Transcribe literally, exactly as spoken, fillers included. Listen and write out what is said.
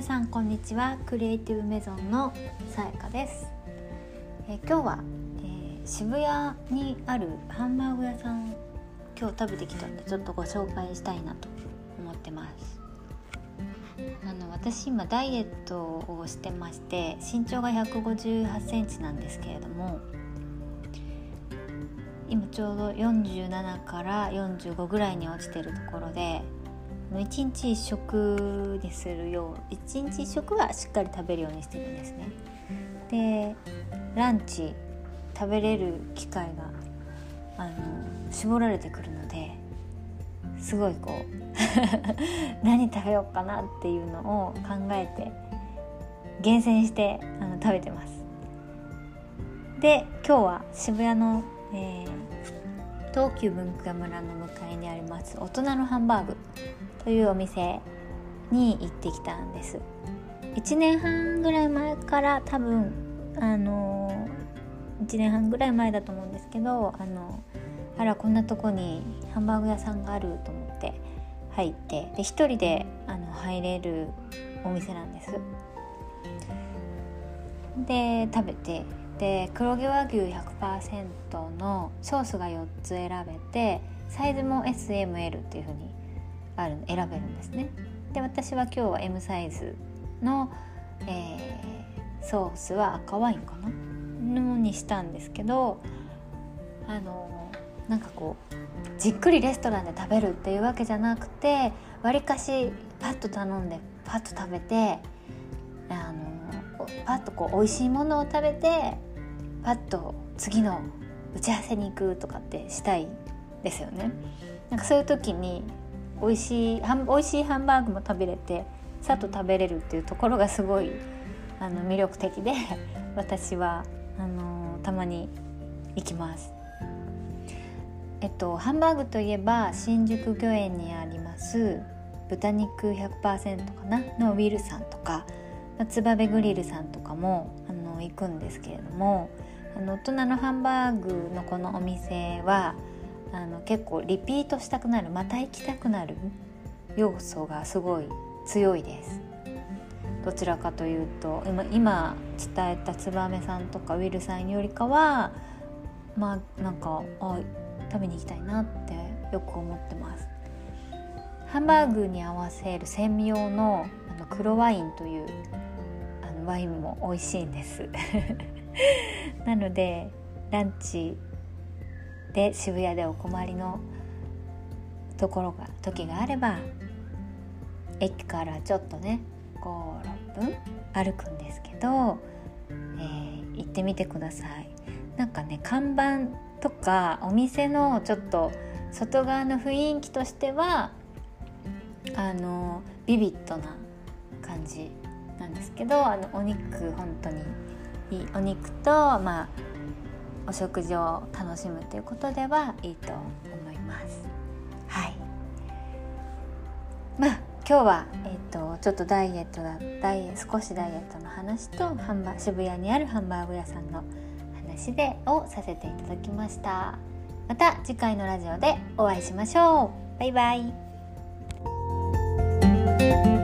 さんこんにちは。クリエイティブメゾンのさやかです。えー、今日は、えー、渋谷にあるハンバーグ屋さん今日食べてきたんでちょっとご紹介したいなと思ってます。あの私今ダイエットをしてまして身長がひゃくごじゅうはちセンチなんですけれども、今ちょうどよんじゅうななからよんじゅうごぐらいに落ちてるところで、いちにちいっ食にするよういちにちいっ食はしっかり食べるようにしてるんですね。でランチ食べれる機会があの絞られてくるので、すごいこう何食べようかなっていうのを考えて厳選してあの食べてます。で今日は渋谷の、えー、東急文化村の向かいにあります大人のハンバーグというお店に行ってきたんです。いちねんはんぐらい前から多分あのいちねんはんぐらい前だと思うんですけど、あのあらこんなとこにハンバーグ屋さんがあると思って入って、で一人であの入れるお店なんです。で食べて、で黒毛和牛 ひゃくパーセント のソースがよっつ選べて、サイズも エスエムエル っていう風にある選べるんですね。で私は今日は エム サイズの、えー、ソースは赤ワインかなのにしたんですけど、あのなんかこうじっくりレストランで食べるっていうわけじゃなくて、わりかしパッと頼んでパッと食べて、あのパッとこう美味しいものを食べてパッと次の打ち合わせに行くとかってしたいですよね。なんかそういう時に美味しい、美味しいハンバーグも食べれてさっと食べれるっていうところがすごいあの魅力的で私はあのたまに行きます。えっとハンバーグといえば新宿御苑にあります豚肉 ひゃくパーセント かなのウィルさんとかつばべグリルさんとかもあの行くんですけれども、あの大人のハンバーグのこのお店はあの結構リピートしたくなる、また行きたくなる要素がすごい強いです。どちらかというと 今, 今伝えたつばめさんとかウィルさんよりかはまあなんかあ食べに行きたいなってよく思ってます。ハンバーグに合わせる専用 の, あの黒ワインというあのワインも美味しいんですなのでランチで渋谷でお困りのところが時があれば駅からちょっとねご、ろっぷん歩くんですけど、えー、行ってみてください。なんかね看板とかお店のちょっと外側の雰囲気としてはあのビビッドな感じなんですけど、あのお肉本当にいいお肉とまあお食事を楽しむということではいいと思います。はい。まあ今日は、えー、とちょっとダイエットだダイエ少しダイエットの話とハンバ渋谷にあるハンバーグ屋さんの話でをさせていただきました。また次回のラジオでお会いしましょう。バイバイ。